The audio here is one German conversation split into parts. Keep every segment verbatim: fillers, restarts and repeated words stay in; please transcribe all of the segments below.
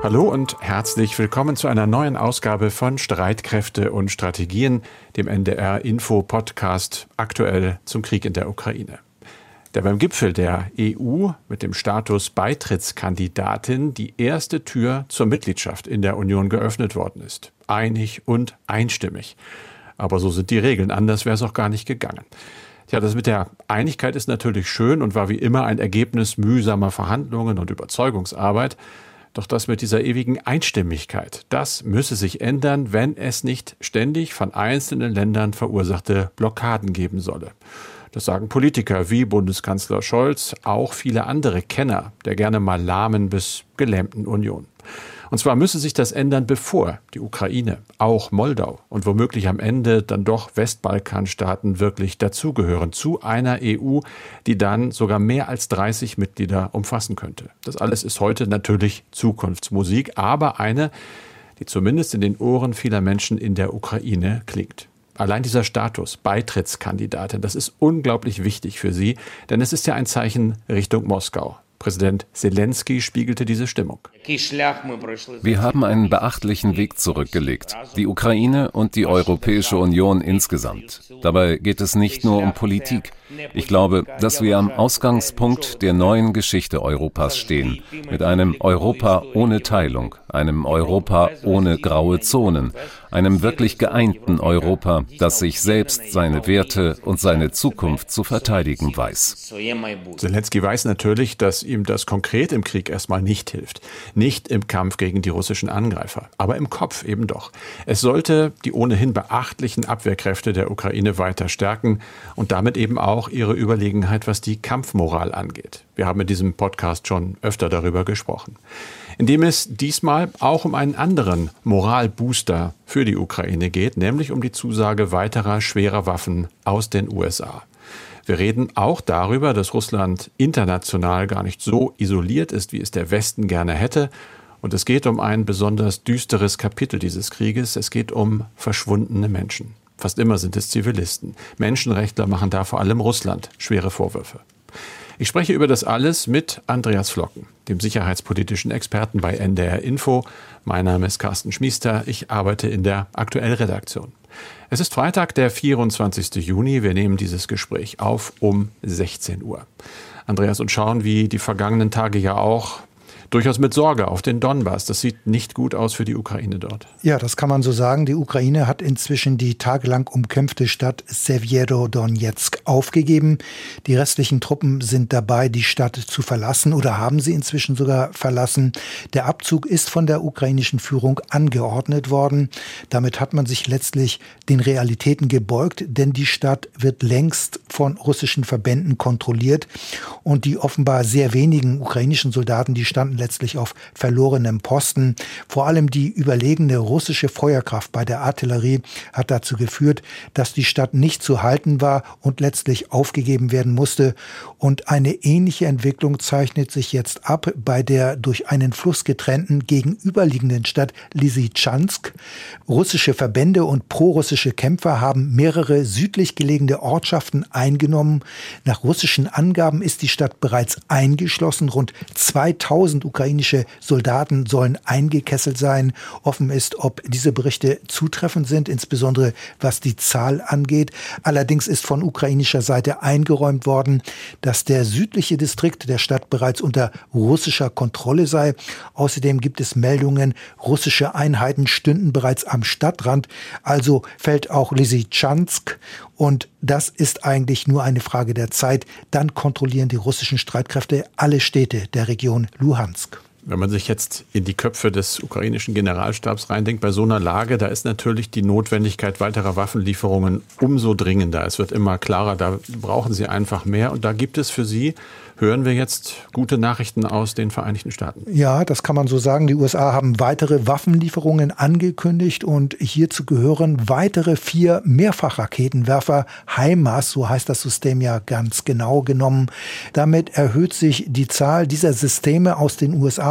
Hallo und herzlich willkommen zu einer neuen Ausgabe von Streitkräfte und Strategien, dem N D R-Info-Podcast aktuell zum Krieg in der Ukraine. Der beim Gipfel der E U mit dem Status Beitrittskandidatin die erste Tür zur Mitgliedschaft in der Union geöffnet worden ist. Einig und einstimmig. Aber so sind die Regeln, anders wäre es auch gar nicht gegangen. Ja, das mit der Einigkeit ist natürlich schön und war wie immer ein Ergebnis mühsamer Verhandlungen und Überzeugungsarbeit. Doch das mit dieser ewigen Einstimmigkeit, das müsse sich ändern, wenn es nicht ständig von einzelnen Ländern verursachte Blockaden geben solle. Das sagen Politiker wie Bundeskanzler Scholz, auch viele andere Kenner der gerne mal lahmen bis gelähmten Union. Und zwar müsse sich das ändern, bevor die Ukraine, auch Moldau und womöglich am Ende dann doch Westbalkanstaaten wirklich dazugehören zu einer E U, die dann sogar mehr als dreißig Mitglieder umfassen könnte. Das alles ist heute natürlich Zukunftsmusik, aber eine, die zumindest in den Ohren vieler Menschen in der Ukraine klingt. Allein dieser Status, Beitrittskandidatin, das ist unglaublich wichtig für sie, denn es ist ja ein Zeichen Richtung Moskau. Präsident Selenskyj spiegelte diese Stimmung. Wir haben einen beachtlichen Weg zurückgelegt, die Ukraine und die Europäische Union insgesamt. Dabei geht es nicht nur um Politik. Ich glaube, dass wir am Ausgangspunkt der neuen Geschichte Europas stehen, mit einem Europa ohne Teilung, einem Europa ohne graue Zonen, einem wirklich geeinten Europa, das sich selbst seine Werte und seine Zukunft zu verteidigen weiß. Selenskyj weiß natürlich, dass ihm das konkret im Krieg erstmal nicht hilft. Nicht im Kampf gegen die russischen Angreifer, aber im Kopf eben doch. Es sollte die ohnehin beachtlichen Abwehrkräfte der Ukraine weiter stärken und damit eben auch ihre Überlegenheit, was die Kampfmoral angeht. Wir haben in diesem Podcast schon öfter darüber gesprochen. Indem es diesmal auch um einen anderen Moralbooster für die Ukraine geht, nämlich um die Zusage weiterer schwerer Waffen aus den U S A. Wir reden auch darüber, dass Russland international gar nicht so isoliert ist, wie es der Westen gerne hätte. Und es geht um ein besonders düsteres Kapitel dieses Krieges. Es geht um verschwundene Menschen. Fast immer sind es Zivilisten. Menschenrechtler machen da vor allem Russland schwere Vorwürfe. Ich spreche über das alles mit Andreas Flocken, dem sicherheitspolitischen Experten bei N D R Info. Mein Name ist Carsten Schmiester. Ich arbeite in der Aktuell-Redaktion. Es ist Freitag, der vierundzwanzigsten Juni. Wir nehmen dieses Gespräch auf um sechzehn Uhr. Andreas, und schauen wie die vergangenen Tage ja auch durchaus mit Sorge auf den Donbass. Das sieht nicht gut aus für die Ukraine dort. Ja, das kann man so sagen. Die Ukraine hat inzwischen die tagelang umkämpfte Stadt Sewjerodonezk aufgegeben. Die restlichen Truppen sind dabei, die Stadt zu verlassen oder haben sie inzwischen sogar verlassen. Der Abzug ist von der ukrainischen Führung angeordnet worden. Damit hat man sich letztlich den Realitäten gebeugt, denn die Stadt wird längst von russischen Verbänden kontrolliert. Und die offenbar sehr wenigen ukrainischen Soldaten, die standen letztlich auf verlorenem Posten. Vor allem die überlegene russische Feuerkraft bei der Artillerie hat dazu geführt, dass die Stadt nicht zu halten war und letztlich aufgegeben werden musste. Und eine ähnliche Entwicklung zeichnet sich jetzt ab bei der durch einen Fluss getrennten gegenüberliegenden Stadt Lysychansk. Russische Verbände und prorussische Kämpfer haben mehrere südlich gelegene Ortschaften eingenommen. Nach russischen Angaben ist die Stadt bereits eingeschlossen. Rund zweitausend ukrainische Soldaten sollen eingekesselt sein. Offen ist, ob diese Berichte zutreffend sind, insbesondere was die Zahl angeht. Allerdings ist von ukrainischer Seite eingeräumt worden, dass der südliche Distrikt der Stadt bereits unter russischer Kontrolle sei. Außerdem gibt es Meldungen, russische Einheiten stünden bereits am Stadtrand. Also fällt auch Lysychansk. Und das ist eigentlich nur eine Frage der Zeit. Dann kontrollieren die russischen Streitkräfte alle Städte der Region Luhansk. Wenn man sich jetzt in die Köpfe des ukrainischen Generalstabs reindenkt, bei so einer Lage, da ist natürlich die Notwendigkeit weiterer Waffenlieferungen umso dringender. Es wird immer klarer, da brauchen sie einfach mehr. Und da gibt es für Sie, hören wir jetzt, gute Nachrichten aus den Vereinigten Staaten. Ja, das kann man so sagen. Die U S A haben weitere Waffenlieferungen angekündigt und hierzu gehören weitere vier Mehrfachraketenwerfer HIMARS, so heißt das System ja ganz genau genommen. Damit erhöht sich die Zahl dieser Systeme aus den U S A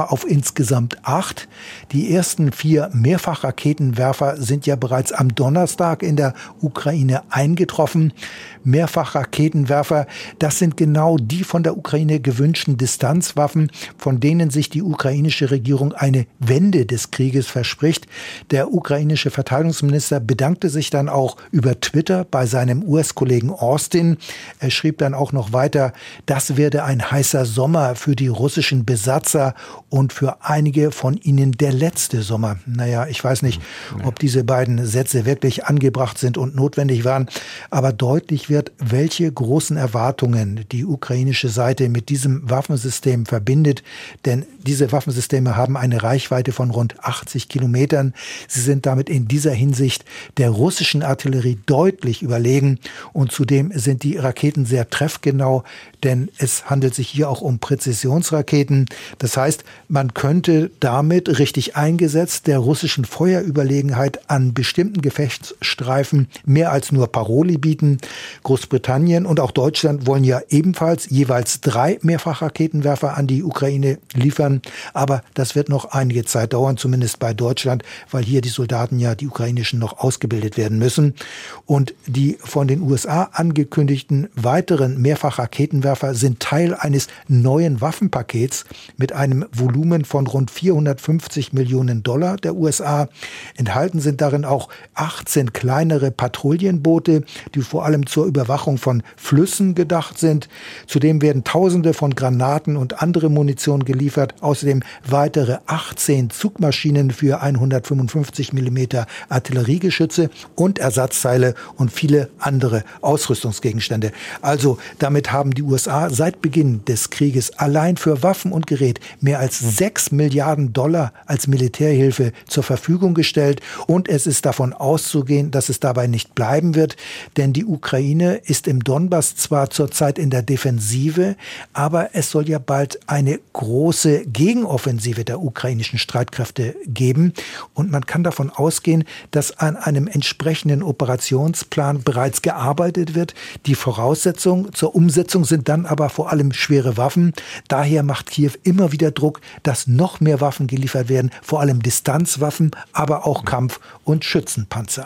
A auf insgesamt acht. Die ersten vier Mehrfachraketenwerfer sind ja bereits am Donnerstag in der Ukraine eingetroffen. Mehrfachraketenwerfer, das sind genau die von der Ukraine gewünschten Distanzwaffen, von denen sich die ukrainische Regierung eine Wende des Krieges verspricht. Der ukrainische Verteidigungsminister bedankte sich dann auch über Twitter bei seinem U S-Kollegen Austin. Er schrieb dann auch noch weiter, das werde ein heißer Sommer für die russischen Besatzer und für einige von ihnen der letzte Sommer. Naja, ich weiß nicht, ob diese beiden Sätze wirklich angebracht sind und notwendig waren, aber deutlich wird, welche großen Erwartungen die ukrainische Seite mit diesem Waffensystem verbindet. Denn diese Waffensysteme haben eine Reichweite von rund achtzig Kilometern. Sie sind damit in dieser Hinsicht der russischen Artillerie deutlich überlegen. Und zudem sind die Raketen sehr treffgenau, denn es handelt sich hier auch um Präzisionsraketen. Das heißt, man könnte damit richtig eingesetzt der russischen Feuerüberlegenheit an bestimmten Gefechtsstreifen mehr als nur Paroli bieten. Großbritannien und auch Deutschland wollen ja ebenfalls jeweils drei Mehrfachraketenwerfer an die Ukraine liefern. Aber das wird noch einige Zeit dauern, zumindest bei Deutschland, weil hier die Soldaten ja, die ukrainischen, noch ausgebildet werden müssen. Und die von den U S A angekündigten weiteren Mehrfachraketenwerfer sind Teil eines neuen Waffenpakets mit einem Volumen von rund vierhundertfünfzig Millionen Dollar der U S A. Enthalten sind darin auch achtzehn kleinere Patrouillenboote, die vor allem zur Überwachung von Flüssen gedacht sind. Zudem werden Tausende von Granaten und andere Munition geliefert. Außerdem weitere achtzehn Zugmaschinen für hundertfünfundfünfzig Millimeter Artilleriegeschütze und Ersatzteile und viele andere Ausrüstungsgegenstände. Also damit haben die U S A seit Beginn des Krieges allein für Waffen und Gerät mehr als sechs Milliarden Dollar als Militärhilfe zur Verfügung gestellt. Und es ist davon auszugehen, dass es dabei nicht bleiben wird, denn die Ukraine ist im Donbass zwar zurzeit in der Defensive, aber es soll ja bald eine große Gegenoffensive der ukrainischen Streitkräfte geben. Und man kann davon ausgehen, dass an einem entsprechenden Operationsplan bereits gearbeitet wird. Die Voraussetzungen zur Umsetzung sind dann aber vor allem schwere Waffen. Daher macht Kiew immer wieder Druck, dass noch mehr Waffen geliefert werden, vor allem Distanzwaffen, aber auch Kampf- und Schützenpanzer.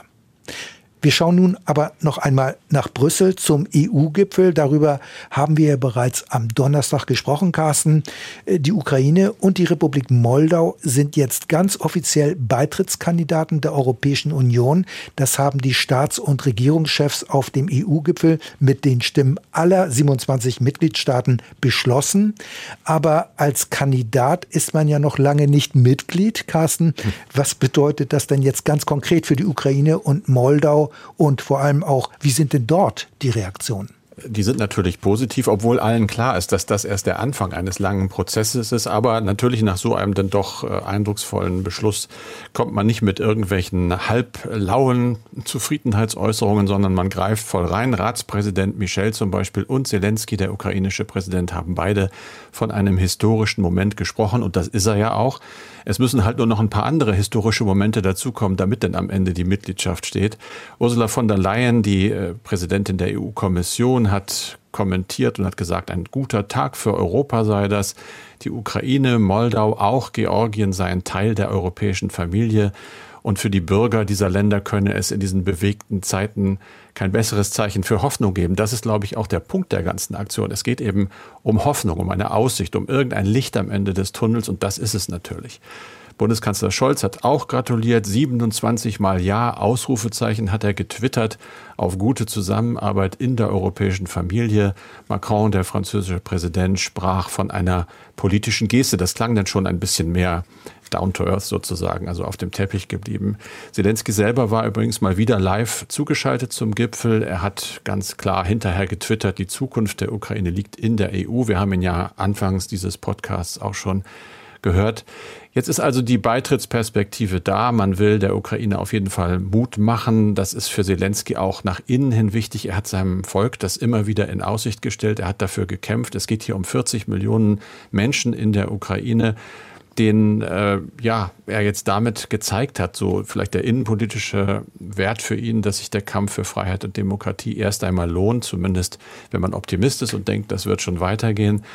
Wir schauen nun aber noch einmal nach Brüssel zum E U-Gipfel. Darüber haben wir ja bereits am Donnerstag gesprochen, Carsten. Die Ukraine und die Republik Moldau sind jetzt ganz offiziell Beitrittskandidaten der Europäischen Union. Das haben die Staats- und Regierungschefs auf dem E U-Gipfel mit den Stimmen aller siebenundzwanzig Mitgliedstaaten beschlossen. Aber als Kandidat ist man ja noch lange nicht Mitglied. Carsten, was bedeutet das denn jetzt ganz konkret für die Ukraine und Moldau? Und vor allem auch, wie sind denn dort die Reaktionen? Die sind natürlich positiv, obwohl allen klar ist, dass das erst der Anfang eines langen Prozesses ist. Aber natürlich nach so einem dann doch eindrucksvollen Beschluss kommt man nicht mit irgendwelchen halblauen Zufriedenheitsäußerungen, sondern man greift voll rein. Ratspräsident Michel zum Beispiel und Zelensky, der ukrainische Präsident, haben beide von einem historischen Moment gesprochen. Und das ist er ja auch. Es müssen halt nur noch ein paar andere historische Momente dazukommen, damit denn am Ende die Mitgliedschaft steht. Ursula von der Leyen, die äh, Präsidentin der E U-Kommission, hat kommentiert und hat gesagt, ein guter Tag für Europa sei das. Die Ukraine, Moldau, auch Georgien seien Teil der europäischen Familie. Und für die Bürger dieser Länder könne es in diesen bewegten Zeiten kein besseres Zeichen für Hoffnung geben. Das ist, glaube ich, auch der Punkt der ganzen Aktion. Es geht eben um Hoffnung, um eine Aussicht, um irgendein Licht am Ende des Tunnels. Und das ist es natürlich. Bundeskanzler Scholz hat auch gratuliert. siebenundzwanzig Mal Ja, Ausrufezeichen hat er getwittert auf gute Zusammenarbeit in der europäischen Familie. Macron, der französische Präsident, sprach von einer politischen Geste. Das klang dann schon ein bisschen mehr down to earth sozusagen, also auf dem Teppich geblieben. Zelensky selber war übrigens mal wieder live zugeschaltet zum Gipfel. Er hat ganz klar hinterher getwittert, die Zukunft der Ukraine liegt in der E U. Wir haben ihn ja anfangs dieses Podcasts auch schon gehört. Jetzt ist also die Beitrittsperspektive da. Man will der Ukraine auf jeden Fall Mut machen. Das ist für Zelensky auch nach innen hin wichtig. Er hat seinem Volk das immer wieder in Aussicht gestellt. Er hat dafür gekämpft. Es geht hier um vierzig Millionen Menschen in der Ukraine, den äh, ja, er jetzt damit gezeigt hat, so vielleicht der innenpolitische Wert für ihn, dass sich der Kampf für Freiheit und Demokratie erst einmal lohnt, zumindest wenn man Optimist ist und denkt, das wird schon weitergehen.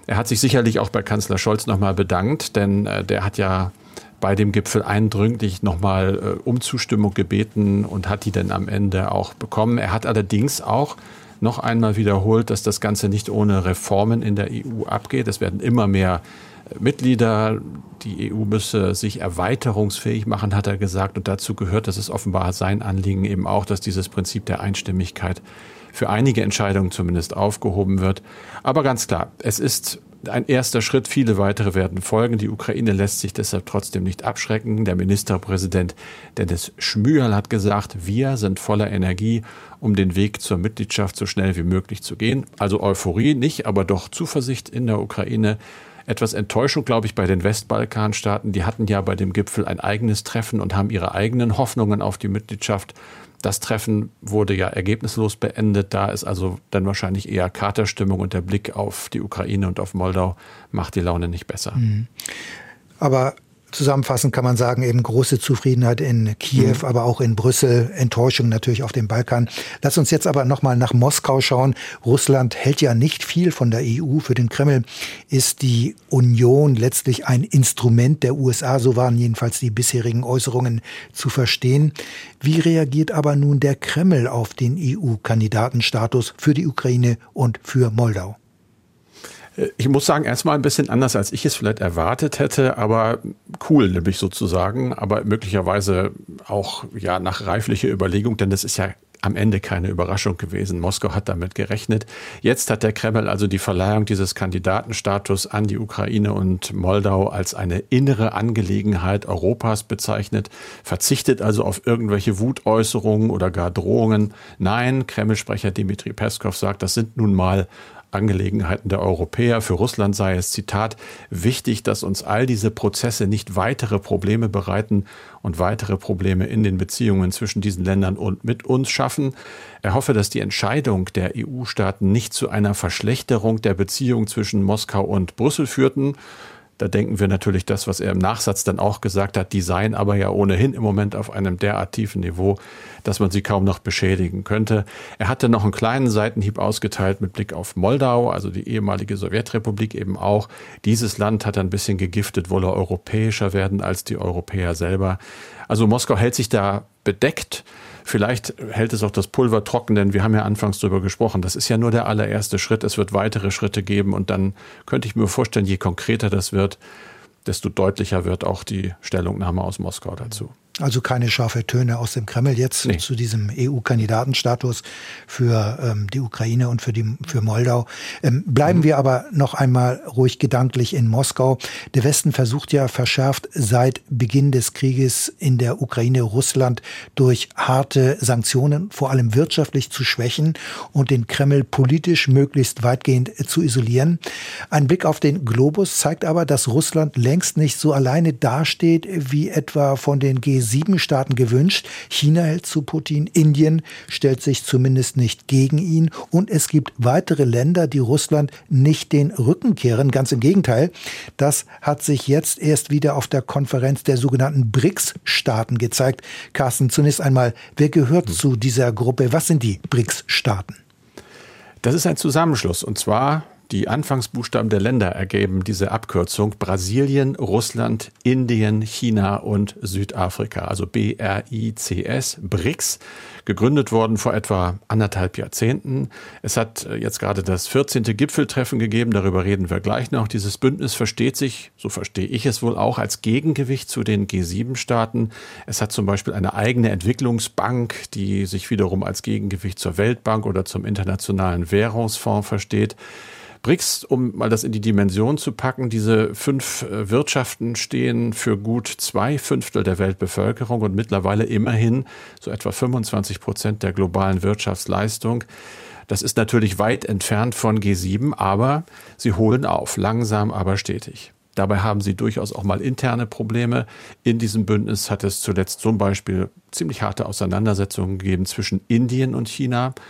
Er hat sich sicherlich auch bei Kanzler Scholz nochmal bedankt, denn äh, der hat ja bei dem Gipfel eindringlich nochmal äh, um Zustimmung gebeten und hat die dann am Ende auch bekommen. Er hat allerdings auch noch einmal wiederholt, dass das Ganze nicht ohne Reformen in der E U abgeht. Es werden immer mehr Mitglieder. Die E U müsse sich erweiterungsfähig machen, hat er gesagt. Und dazu gehört, das ist offenbar sein Anliegen eben auch, dass dieses Prinzip der Einstimmigkeit für einige Entscheidungen zumindest aufgehoben wird. Aber ganz klar, es ist ein erster Schritt. Viele weitere werden folgen. Die Ukraine lässt sich deshalb trotzdem nicht abschrecken. Der Ministerpräsident Dennis Schmyhal hat gesagt, wir sind voller Energie, um den Weg zur Mitgliedschaft so schnell wie möglich zu gehen. Also Euphorie nicht, aber doch Zuversicht in der Ukraine. Etwas Enttäuschung, glaube ich, bei den Westbalkanstaaten. Die hatten ja bei dem Gipfel ein eigenes Treffen und haben ihre eigenen Hoffnungen auf die Mitgliedschaft. Das Treffen wurde ja ergebnislos beendet. Da ist also dann wahrscheinlich eher Katerstimmung und der Blick auf die Ukraine und auf Moldau macht die Laune nicht besser. Mhm. Aber zusammenfassend kann man sagen, eben große Zufriedenheit in Kiew, mhm. aber auch in Brüssel, Enttäuschung natürlich auf dem Balkan. Lass uns jetzt aber nochmal nach Moskau schauen. Russland hält ja nicht viel von der E U. Für den Kreml ist die Union letztlich ein Instrument der U S A. So waren jedenfalls die bisherigen Äußerungen zu verstehen. Wie reagiert aber nun der Kreml auf den E U-Kandidatenstatus für die Ukraine und für Moldau? Ich muss sagen, erstmal ein bisschen anders, als ich es vielleicht erwartet hätte, aber cool, nämlich sozusagen, aber möglicherweise auch ja nach reiflicher Überlegung, denn das ist ja am Ende keine Überraschung gewesen. Moskau hat damit gerechnet. Jetzt hat der Kreml also die Verleihung dieses Kandidatenstatus an die Ukraine und Moldau als eine innere Angelegenheit Europas bezeichnet, verzichtet also auf irgendwelche Wutäußerungen oder gar Drohungen. Nein, Kreml-Sprecher Dmitri Peskov sagt, das sind nun mal Angelegenheiten der Europäer. Für Russland sei es, Zitat, wichtig, dass uns all diese Prozesse nicht weitere Probleme bereiten und weitere Probleme in den Beziehungen zwischen diesen Ländern und mit uns schaffen. Er hoffe, dass die Entscheidung der E U-Staaten nicht zu einer Verschlechterung der Beziehung zwischen Moskau und Brüssel führten. Da denken wir natürlich das, was er im Nachsatz dann auch gesagt hat, die seien aber ja ohnehin im Moment auf einem derart tiefen Niveau, dass man sie kaum noch beschädigen könnte. Er hatte noch einen kleinen Seitenhieb ausgeteilt mit Blick auf Moldau, also die ehemalige Sowjetrepublik eben auch. Dieses Land hat ein bisschen gegiftet, wolle europäischer werden als die Europäer selber. Also Moskau hält sich da bedeckt. Vielleicht hält es auch das Pulver trocken, denn wir haben ja anfangs darüber gesprochen. Das ist ja nur der allererste Schritt. Es wird weitere Schritte geben und dann könnte ich mir vorstellen, je konkreter das wird, desto deutlicher wird auch die Stellungnahme aus Moskau dazu. Also keine scharfe Töne aus dem Kreml jetzt nee. zu diesem E U-Kandidatenstatus für ähm, die Ukraine und für, die, für Moldau. Ähm, bleiben mhm. wir aber noch einmal ruhig gedanklich in Moskau. Der Westen versucht ja verschärft seit Beginn des Krieges in der Ukraine Russland durch harte Sanktionen, vor allem wirtschaftlich, zu schwächen und den Kreml politisch möglichst weitgehend zu isolieren. Ein Blick auf den Globus zeigt aber, dass Russland längst nicht so alleine dasteht, wie etwa von den G sieben Staaten gewünscht. China hält zu Putin, Indien stellt sich zumindest nicht gegen ihn und es gibt weitere Länder, die Russland nicht den Rücken kehren. Ganz im Gegenteil. Das hat sich jetzt erst wieder auf der Konferenz der sogenannten B R I C S-Staaten gezeigt. Carsten, zunächst einmal, wer gehört hm. zu dieser Gruppe? Was sind die B R I C S-Staaten? Das ist ein Zusammenschluss und zwar die Anfangsbuchstaben der Länder ergeben diese Abkürzung Brasilien, Russland, Indien, China und Südafrika, also B R I C S, B R I C S, gegründet worden vor etwa anderthalb Jahrzehnten. Es hat jetzt gerade das vierzehnte Gipfeltreffen gegeben, darüber reden wir gleich noch. Dieses Bündnis versteht sich, so verstehe ich es wohl auch, als Gegengewicht zu den G sieben Staaten. Es hat zum Beispiel eine eigene Entwicklungsbank, die sich wiederum als Gegengewicht zur Weltbank oder zum Internationalen Währungsfonds versteht. B R I C S, um mal das in die Dimension zu packen, diese fünf Wirtschaften stehen für gut zwei Fünftel der Weltbevölkerung und mittlerweile immerhin so etwa fünfundzwanzig Prozent der globalen Wirtschaftsleistung. Das ist natürlich weit entfernt von G sieben, aber sie holen auf, langsam aber stetig. Dabei haben sie durchaus auch mal interne Probleme. In diesem Bündnis hat es zuletzt zum Beispiel ziemlich harte Auseinandersetzungen gegeben zwischen Indien und China.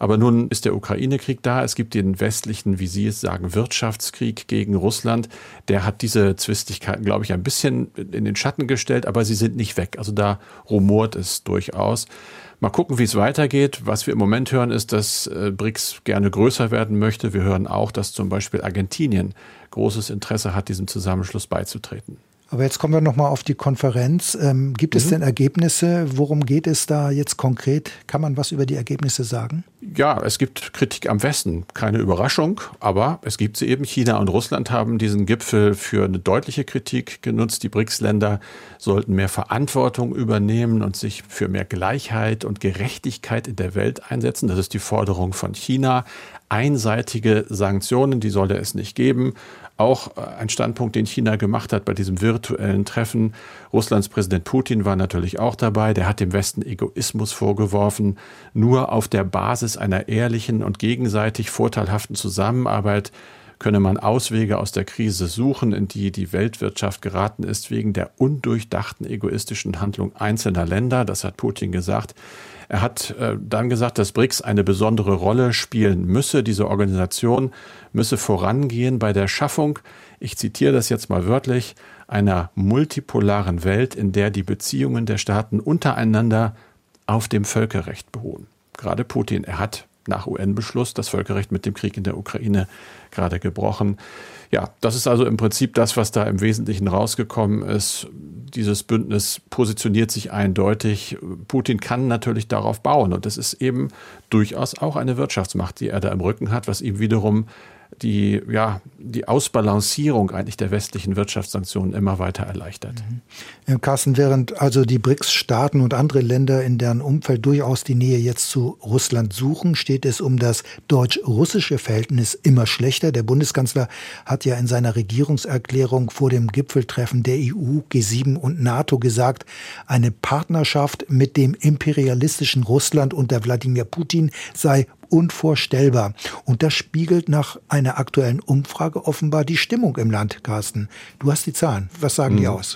Aber nun ist der Ukraine-Krieg da. Es gibt den westlichen, wie Sie es sagen, Wirtschaftskrieg gegen Russland. Der hat diese Zwistigkeiten, glaube ich, ein bisschen in den Schatten gestellt, aber sie sind nicht weg. Also da rumort es durchaus. Mal gucken, wie es weitergeht. Was wir im Moment hören, ist, dass äh, B R I C S gerne größer werden möchte. Wir hören auch, dass zum Beispiel Argentinien großes Interesse hat, diesem Zusammenschluss beizutreten. Aber jetzt kommen wir nochmal auf die Konferenz. Ähm, gibt es mhm. denn Ergebnisse? Worum geht es da jetzt konkret? Kann man was über die Ergebnisse sagen? Ja, es gibt Kritik am Westen. Keine Überraschung, aber es gibt sie eben. China und Russland haben diesen Gipfel für eine deutliche Kritik genutzt. Die B R I C S-Länder sollten mehr Verantwortung übernehmen und sich für mehr Gleichheit und Gerechtigkeit in der Welt einsetzen. Das ist die Forderung von China. Einseitige Sanktionen, die solle es nicht geben. Auch ein Standpunkt, den China gemacht hat bei diesem virtuellen Treffen. Russlands Präsident Putin war natürlich auch dabei. Der hat dem Westen Egoismus vorgeworfen. Nur auf der Basis einer ehrlichen und gegenseitig vorteilhaften Zusammenarbeit könne man Auswege aus der Krise suchen, in die die Weltwirtschaft geraten ist, wegen der undurchdachten egoistischen Handlung einzelner Länder. Das hat Putin gesagt. Er hat äh, dann gesagt, dass B R I C S eine besondere Rolle spielen müsse. Diese Organisation müsse vorangehen bei der Schaffung, ich zitiere das jetzt mal wörtlich, einer multipolaren Welt, in der die Beziehungen der Staaten untereinander auf dem Völkerrecht beruhen. Gerade Putin, er hat nach U N-Beschluss das Völkerrecht mit dem Krieg in der Ukraine gerade gebrochen. Ja, das ist also im Prinzip das, was da im Wesentlichen rausgekommen ist. Dieses Bündnis positioniert sich eindeutig. Putin kann natürlich darauf bauen. Und es ist eben durchaus auch eine Wirtschaftsmacht, die er da im Rücken hat, was ihm wiederum die, ja, die Ausbalancierung eigentlich der westlichen Wirtschaftssanktionen immer weiter erleichtert. Mhm. Carsten, während also die B R I C S-Staaten und andere Länder in deren Umfeld durchaus die Nähe jetzt zu Russland suchen, steht es um das deutsch-russische Verhältnis immer schlechter. Der Bundeskanzler hat ja in seiner Regierungserklärung vor dem Gipfeltreffen der E U, G sieben und NATO gesagt, eine Partnerschaft mit dem imperialistischen Russland unter Wladimir Putin sei unvorstellbar. Und das spiegelt nach einer aktuellen Umfrage offenbar die Stimmung im Land, Carsten. Du hast die Zahlen. Was sagen mhm. die aus?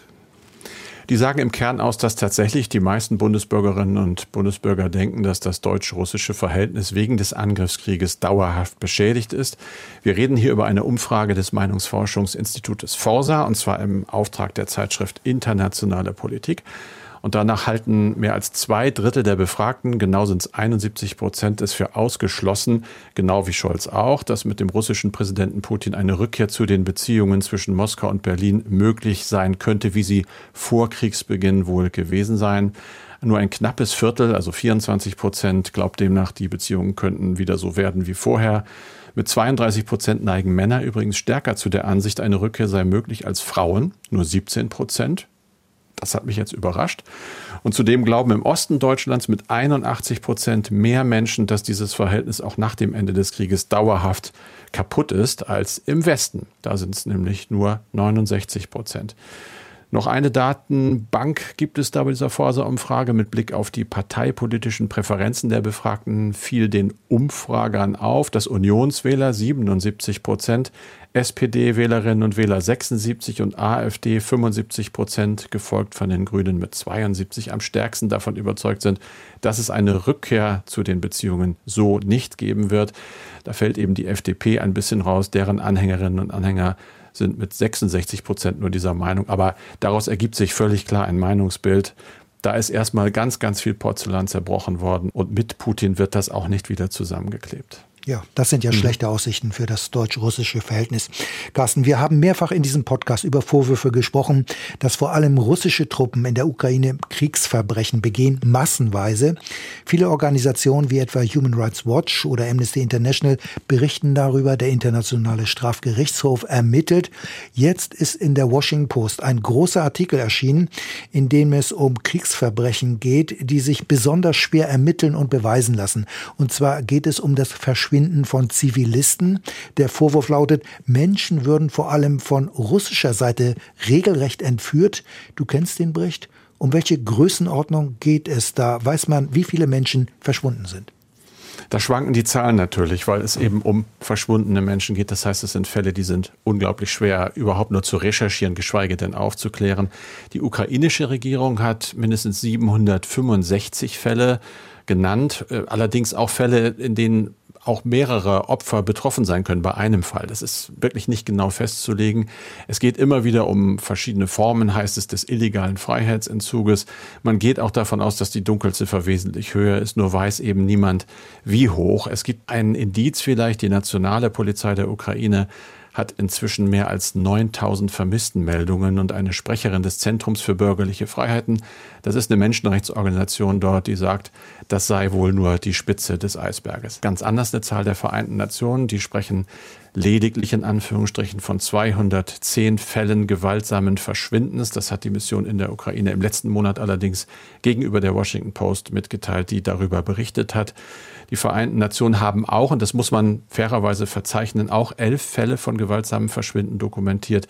Die sagen im Kern aus, dass tatsächlich die meisten Bundesbürgerinnen und Bundesbürger denken, dass das deutsch-russische Verhältnis wegen des Angriffskrieges dauerhaft beschädigt ist. Wir reden hier über eine Umfrage des Meinungsforschungsinstitutes Forsa, und zwar im Auftrag der Zeitschrift Internationale Politik. Und danach halten mehr als zwei Drittel der Befragten, genau sind es einundsiebzig Prozent, es für ausgeschlossen, genau wie Scholz auch, dass mit dem russischen Präsidenten Putin eine Rückkehr zu den Beziehungen zwischen Moskau und Berlin möglich sein könnte, wie sie vor Kriegsbeginn wohl gewesen seien. Nur ein knappes Viertel, also vierundzwanzig Prozent, glaubt demnach, die Beziehungen könnten wieder so werden wie vorher. Mit zweiunddreißig Prozent neigen Männer übrigens stärker zu der Ansicht, eine Rückkehr sei möglich als Frauen, nur siebzehn Prozent. Das hat mich jetzt überrascht. Und zudem glauben im Osten Deutschlands mit einundachtzig Prozent mehr Menschen, dass dieses Verhältnis auch nach dem Ende des Krieges dauerhaft kaputt ist, als im Westen. Da sind es nämlich nur neunundsechzig Prozent. Noch eine Datenbank gibt es da bei dieser Forsa-Umfrage. Mit Blick auf die parteipolitischen Präferenzen der Befragten fiel den Umfragern auf, dass Unionswähler siebenundsiebzig Prozent, S P D-Wählerinnen und Wähler sechsundsiebzig und AfD fünfundsiebzig Prozent, gefolgt von den Grünen mit zweiundsiebzig, am stärksten davon überzeugt sind, dass es eine Rückkehr zu den Beziehungen so nicht geben wird. Da fällt eben die F D P ein bisschen raus, deren Anhängerinnen und Anhänger sind mit sechsundsechzig Prozent nur dieser Meinung. Aber daraus ergibt sich völlig klar ein Meinungsbild. Da ist erstmal ganz, ganz viel Porzellan zerbrochen worden. Und mit Putin wird das auch nicht wieder zusammengeklebt. Ja, das sind ja mhm. schlechte Aussichten für das deutsch-russische Verhältnis. Carsten, wir haben mehrfach in diesem Podcast über Vorwürfe gesprochen, dass vor allem russische Truppen in der Ukraine Kriegsverbrechen begehen, massenweise. Viele Organisationen wie etwa Human Rights Watch oder Amnesty International berichten darüber. Der Internationale Strafgerichtshof ermittelt. Jetzt ist in der Washington Post ein großer Artikel erschienen, in dem es um Kriegsverbrechen geht, die sich besonders schwer ermitteln und beweisen lassen. Und zwar geht es um das Verschwinden von Zivilisten. Der Vorwurf lautet, Menschen würden vor allem von russischer Seite regelrecht entführt. Du kennst den Bericht. Um welche Größenordnung geht es da? Weiß man, wie viele Menschen verschwunden sind? Da schwanken die Zahlen natürlich, weil es eben um verschwundene Menschen geht. Das heißt, es sind Fälle, die sind unglaublich schwer überhaupt nur zu recherchieren, geschweige denn aufzuklären. Die ukrainische Regierung hat mindestens siebenhundertfünfundsechzig Fälle genannt, allerdings auch Fälle, in denen auch mehrere Opfer betroffen sein können bei einem Fall. Das ist wirklich nicht genau festzulegen. Es geht immer wieder um verschiedene Formen, heißt es, des illegalen Freiheitsentzuges. Man geht auch davon aus, dass die Dunkelziffer wesentlich höher ist, nur weiß eben niemand, wie hoch. Es gibt einen Indiz vielleicht, die nationale Polizei der Ukraine hat inzwischen mehr als neuntausend Vermisstenmeldungen und eine Sprecherin des Zentrums für bürgerliche Freiheiten, das ist eine Menschenrechtsorganisation dort, die sagt, das sei wohl nur die Spitze des Eisberges. Ganz anders eine Zahl der Vereinten Nationen, die sprechen lediglich in Anführungsstrichen von zweihundertzehn Fällen gewaltsamen Verschwindens. Das hat die Mission in der Ukraine im letzten Monat allerdings gegenüber der Washington Post mitgeteilt, die darüber berichtet hat. Die Vereinten Nationen haben auch, und das muss man fairerweise verzeichnen, auch elf Fälle von gewaltsamen Verschwinden dokumentiert,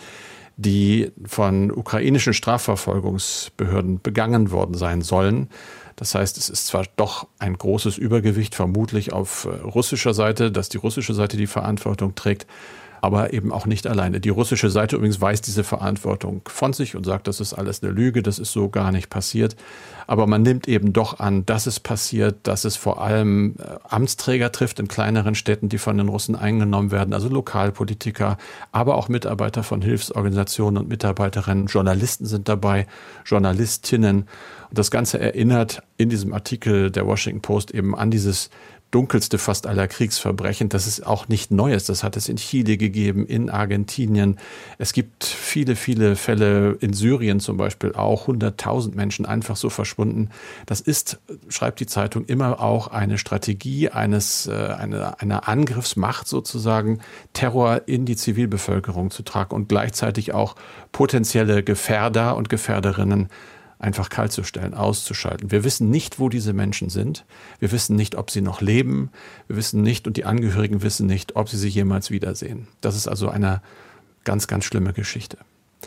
die von ukrainischen Strafverfolgungsbehörden begangen worden sein sollen. Das heißt, es ist zwar doch ein großes Übergewicht vermutlich auf russischer Seite, dass die russische Seite die Verantwortung trägt, aber eben auch nicht alleine. Die russische Seite übrigens weist diese Verantwortung von sich und sagt, das ist alles eine Lüge, das ist so gar nicht passiert. Aber man nimmt eben doch an, dass es passiert, dass es vor allem Amtsträger trifft in kleineren Städten, die von den Russen eingenommen werden, also Lokalpolitiker, aber auch Mitarbeiter von Hilfsorganisationen und Mitarbeiterinnen. Journalisten sind dabei, Journalistinnen. Und das Ganze erinnert in diesem Artikel der Washington Post eben an dieses dunkelste fast aller Kriegsverbrechen. Das ist auch nicht Neues. Das hat es in Chile gegeben, in Argentinien. Es gibt viele, viele Fälle in Syrien zum Beispiel auch. hunderttausend Menschen einfach so verschwunden. Das ist, schreibt die Zeitung, immer auch eine Strategie eines, äh, eine, einer Angriffsmacht sozusagen, Terror in die Zivilbevölkerung zu tragen und gleichzeitig auch potenzielle Gefährder und Gefährderinnen einfach kaltzustellen, auszuschalten. Wir wissen nicht, wo diese Menschen sind. Wir wissen nicht, ob sie noch leben. Wir wissen nicht, und die Angehörigen wissen nicht, ob sie sich jemals wiedersehen. Das ist also eine ganz, ganz schlimme Geschichte.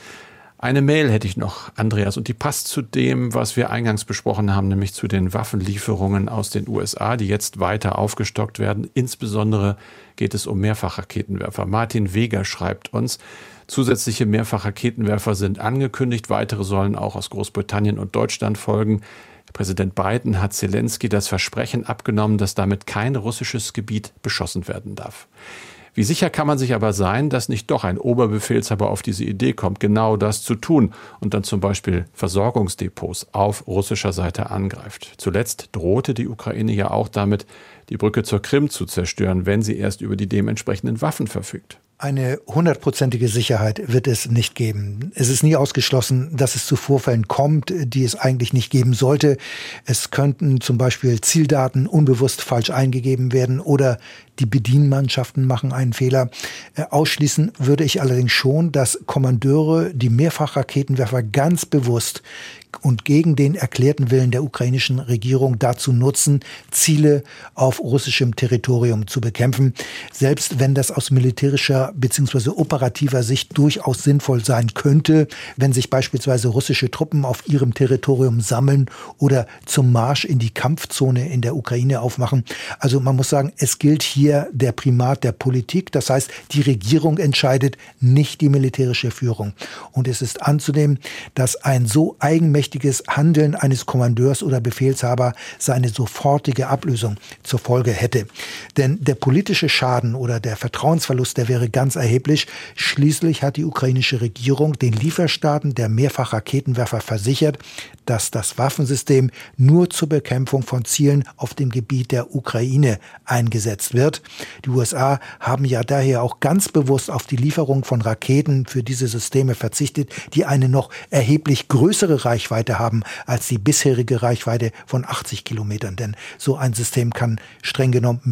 Eine Mail hätte ich noch, Andreas, und die passt zu dem, was wir eingangs besprochen haben, nämlich zu den Waffenlieferungen aus den U S A, die jetzt weiter aufgestockt werden. Insbesondere geht es um Mehrfachraketenwerfer. Martin Weger schreibt uns, zusätzliche Mehrfachraketenwerfer sind angekündigt. Weitere sollen auch aus Großbritannien und Deutschland folgen. Präsident Biden hat Zelensky das Versprechen abgenommen, dass damit kein russisches Gebiet beschossen werden darf. Wie sicher kann man sich aber sein, dass nicht doch ein Oberbefehlshaber auf diese Idee kommt, genau das zu tun und dann zum Beispiel Versorgungsdepots auf russischer Seite angreift? Zuletzt drohte die Ukraine ja auch damit, die Brücke zur Krim zu zerstören, wenn sie erst über die dementsprechenden Waffen verfügt. Eine hundertprozentige Sicherheit wird es nicht geben. Es ist nie ausgeschlossen, dass es zu Vorfällen kommt, die es eigentlich nicht geben sollte. Es könnten zum Beispiel Zieldaten unbewusst falsch eingegeben werden oder die Bedienmannschaften machen einen Fehler. Äh, ausschließen würde ich allerdings schon, dass Kommandeure die Mehrfachraketenwerfer ganz bewusst und gegen den erklärten Willen der ukrainischen Regierung dazu nutzen, Ziele auf russischem Territorium zu bekämpfen. Selbst wenn das aus militärischer bzw. operativer Sicht durchaus sinnvoll sein könnte, wenn sich beispielsweise russische Truppen auf ihrem Territorium sammeln oder zum Marsch in die Kampfzone in der Ukraine aufmachen. Also man muss sagen, es gilt hier der Primat der Politik. Das heißt, die Regierung entscheidet, nicht die militärische Führung. Und es ist anzunehmen, dass ein so eigenmächtiges Handeln eines Kommandeurs oder Befehlshaber seine sofortige Ablösung zur Folge hätte. Denn der politische Schaden oder der Vertrauensverlust, der wäre ganz erheblich. Schließlich hat die ukrainische Regierung den Lieferstaaten der Mehrfachraketenwerfer versichert, dass das Waffensystem nur zur Bekämpfung von Zielen auf dem Gebiet der Ukraine eingesetzt wird. Die U S A haben ja daher auch ganz bewusst auf die Lieferung von Raketen für diese Systeme verzichtet, die eine noch erheblich größere Reichweite haben als die bisherige Reichweite von achtzig Kilometern. Denn so ein System kann streng genommen mit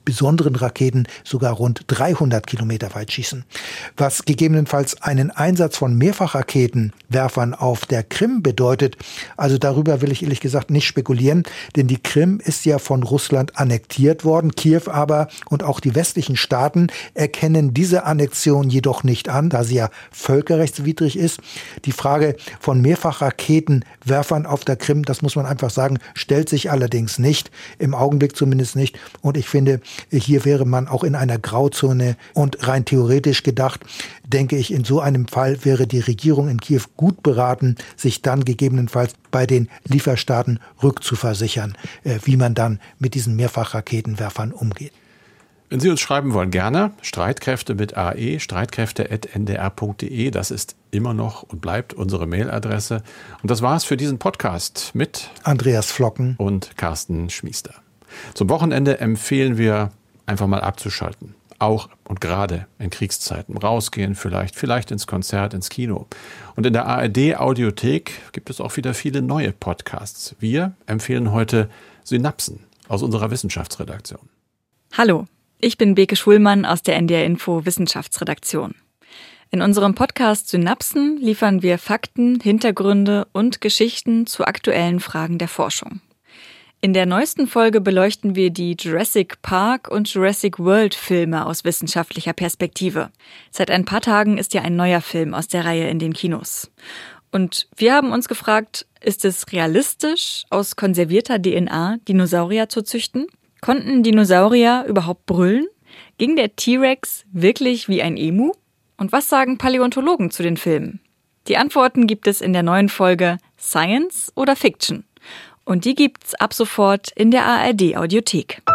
besonderen Raketen sogar rund dreihundert Kilometer weit schießen. Was gegebenenfalls einen Einsatz von Mehrfachraketenwerfern auf der Krim bedeutet, also darüber will ich ehrlich gesagt nicht spekulieren, denn die Krim ist ja von Russland annektiert worden. Kiew aber und auch die westlichen Staaten erkennen diese Annexion jedoch nicht an, da sie ja völkerrechtswidrig ist. Die Frage von Mehrfachraketenwerfern auf der Krim, das muss man einfach sagen, stellt sich allerdings nicht, im Augenblick zumindest nicht. Und ich finde, hier wäre man auch in einer Grauzone und rein theoretisch gedacht, denke ich, in so einem Fall wäre die Regierung in Kiew gut beraten, sich dann gegebenenfalls bei den Lieferstaaten rückzuversichern, wie man dann mit diesen Mehrfachraketenwerfern umgeht. Wenn Sie uns schreiben wollen, gerne Streitkräfte mit A E, streitkräfte at n d r punkt d e. Das ist immer noch und bleibt unsere Mailadresse. Und das war's für diesen Podcast mit Andreas Flocken und Carsten Schmiester. Zum Wochenende empfehlen wir, einfach mal abzuschalten. Auch und gerade in Kriegszeiten. Rausgehen vielleicht, vielleicht ins Konzert, ins Kino. Und in der A R D-Audiothek gibt es auch wieder viele neue Podcasts. Wir empfehlen heute Synapsen aus unserer Wissenschaftsredaktion. Hallo, ich bin Beke Schulmann aus der N D R Info Wissenschaftsredaktion. In unserem Podcast Synapsen liefern wir Fakten, Hintergründe und Geschichten zu aktuellen Fragen der Forschung. In der neuesten Folge beleuchten wir die Jurassic Park und Jurassic World Filme aus wissenschaftlicher Perspektive. Seit ein paar Tagen ist ja ein neuer Film aus der Reihe in den Kinos. Und wir haben uns gefragt, ist es realistisch, aus konservierter D N A Dinosaurier zu züchten? Konnten Dinosaurier überhaupt brüllen? Ging der T-Rex wirklich wie ein Emu? Und was sagen Paläontologen zu den Filmen? Die Antworten gibt es in der neuen Folge Science oder Fiction. Und die gibt's ab sofort in der A R D-Audiothek.